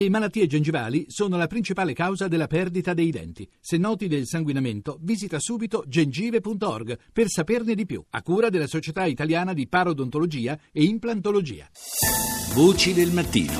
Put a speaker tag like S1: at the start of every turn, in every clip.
S1: Le malattie gengivali sono la principale causa della perdita dei denti. Se noti del sanguinamento, visita subito gengive.org per saperne di più, a cura della Società Italiana di Parodontologia e Implantologia.
S2: Voci del mattino.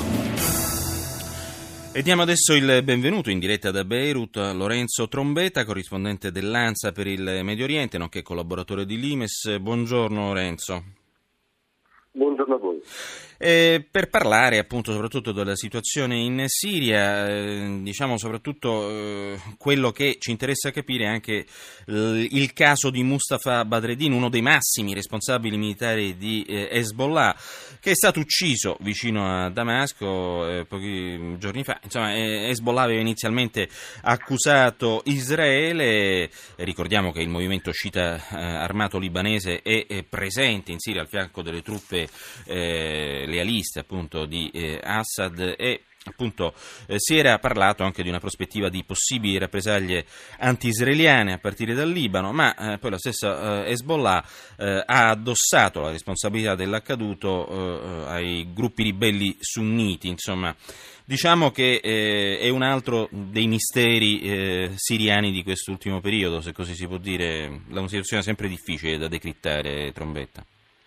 S3: E diamo adesso il benvenuto in diretta da Beirut a Lorenzo Trombetta, corrispondente dell'ANSA per il Medio Oriente, nonché collaboratore di Limes. Buongiorno Lorenzo.
S4: Buongiorno a voi.
S3: Per parlare appunto soprattutto della situazione in Siria, diciamo soprattutto quello che ci interessa capire è anche il caso di Mustafa Badreddin, uno dei massimi responsabili militari di Hezbollah, che è stato ucciso vicino a Damasco pochi giorni fa. Insomma, Hezbollah aveva inizialmente accusato Israele, ricordiamo che il movimento sciita armato libanese è presente in Siria al fianco delle truppe lealiste appunto di Assad, e appunto si era parlato anche di una prospettiva di possibili rappresaglie anti-israeliane a partire dal Libano, ma poi la stessa Hezbollah ha addossato la responsabilità dell'accaduto ai gruppi ribelli sunniti. Insomma, diciamo che è un altro dei misteri siriani di quest'ultimo periodo, se così si può dire, una situazione sempre difficile da decrittare, Trombetta.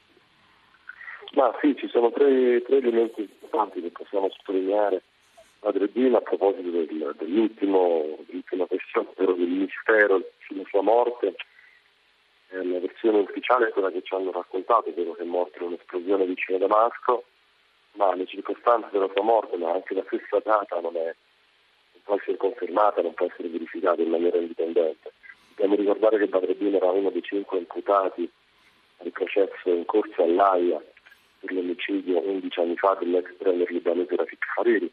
S4: Ma sì, ci sono tre elementi importanti che possiamo sottolineare. Badreddin, a proposito dell'ultima questione, ovvero del mistero sulla sua morte, la versione ufficiale è quella che ci hanno raccontato, ovvero che è morto in un'esplosione vicino a Damasco, ma le circostanze della sua morte, ma anche la stessa data non può essere confermata, non può essere verificata in maniera indipendente. Dobbiamo ricordare che Badreddin era uno dei 5 imputati al processo in corso all'Aia per l'omicidio 11 anni fa dell'ex premier libanese Rafik Hariri,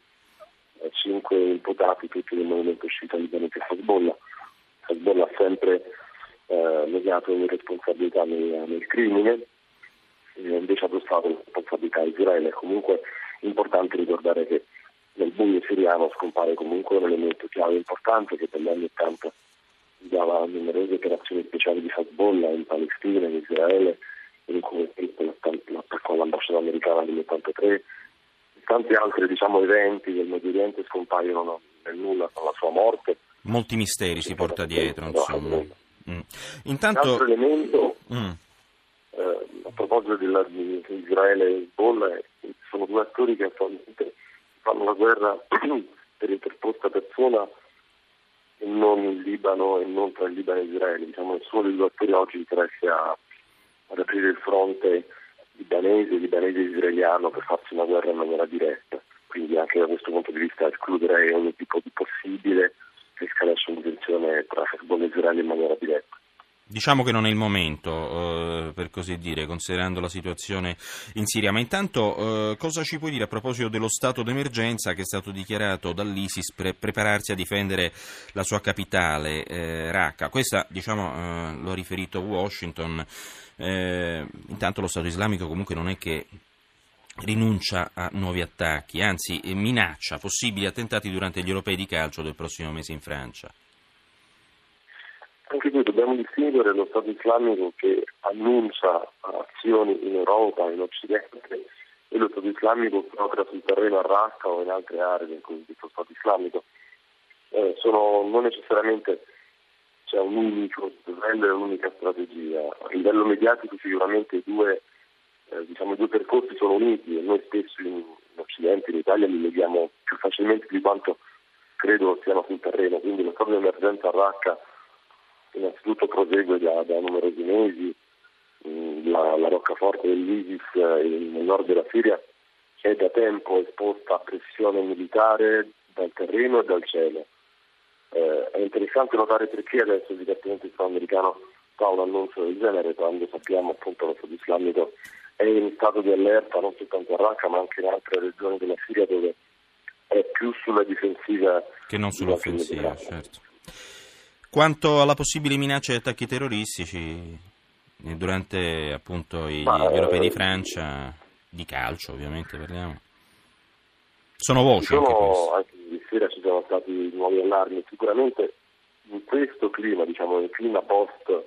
S4: 5 imputati tutti del movimento sciita libanese Hezbollah. Hezbollah ha sempre negato ogni responsabilità nel crimine, e invece ha addossato la responsabilità a Israele. Comunque è importante ricordare che nel buio siriano scompare comunque un elemento chiave importante che negli anni 80 guidava numerose operazioni speciali di Hezbollah in Palestina, in Israele, in cui l'attacco all'ambasciata americana nell'83, tanti altri eventi del Medio Oriente scompaiono nel nulla con la sua morte.
S3: Molti misteri si porta dietro, insomma. Intanto...
S4: Un altro elemento, a proposito di Israele e Hezbollah, sono due attori che attualmente fanno la guerra per interposta persona e non in Libano e non tra il Libano e Israele. Nessuno dei due attori oggi interessa ad aprire il fronte libanese israeliano per farsi una guerra in maniera diretta. Quindi anche da questo punto di vista escluderei ogni tipo di possibile escalation di tensione tra Hezbollah e Israele in maniera diretta.
S3: Diciamo che non è il momento, per così dire, considerando la situazione in Siria. Ma intanto cosa ci puoi dire a proposito dello stato d'emergenza che è stato dichiarato dall'ISIS per prepararsi a difendere la sua capitale, Raqqa? Questa, lo ha riferito Washington. Intanto lo Stato islamico comunque non è che rinuncia a nuovi attacchi, anzi minaccia possibili attentati durante gli europei di calcio del prossimo mese in Francia.
S4: Anche qui dobbiamo distinguere lo Stato islamico che annuncia azioni in Europa, in Occidente, e lo Stato islamico che opera sul terreno a Raqqa o in altre aree del cosiddetto Stato islamico. Non necessariamente c'è un unico livello e un'unica strategia. A livello mediatico sicuramente i due percorsi sono uniti, e noi spesso in Occidente, in Italia, li leghiamo più facilmente di quanto credo siano sul terreno. Quindi lo stato di emergenza a Raqqa innanzitutto prosegue da numerosi mesi. La roccaforte dell'ISIS nel nord della Siria è da tempo esposta a pressione militare dal terreno e dal cielo. È interessante notare perché adesso il Dipartimento di Stato americano fa un annuncio del genere, quando sappiamo appunto che lo Stato islamico è in stato di allerta non soltanto a Raqqa ma anche in altre regioni della Siria, dove è più sulla difensiva
S3: che non sull'offensiva, certo. Quanto alla possibile minaccia di attacchi terroristici durante appunto gli europei di Francia, di calcio ovviamente parliamo, sono voci anche queste.
S4: Anche ieri sera ci sono stati nuovi allarmi. Sicuramente in questo clima, nel clima post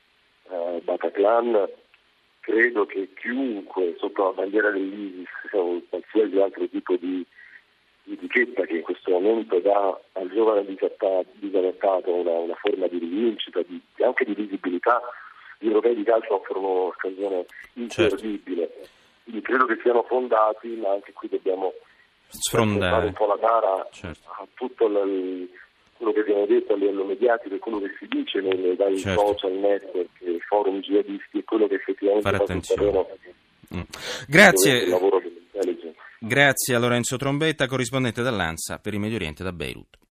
S4: Bataclan, credo che chiunque sotto la bandiera dell'ISIS o qualsiasi altro tipo di etichetta che in questo momento dà al giovane disadattato una forma di rivincita, anche di visibilità. Gli europei di calcio offrono un'occasione imperdibile. Certo. Quindi credo che siano fondati, ma anche qui dobbiamo fare un po' la gara, certo, a tutto quello che abbiamo detto a livello mediatico e quello che si dice dai certo, social network, forum jihadisti, e quello che effettivamente fa sul terreno.
S3: Grazie. Il lavoro dell'intelligence. Grazie a Lorenzo Trombetta, corrispondente dall'ANSA per il Medio Oriente da Beirut.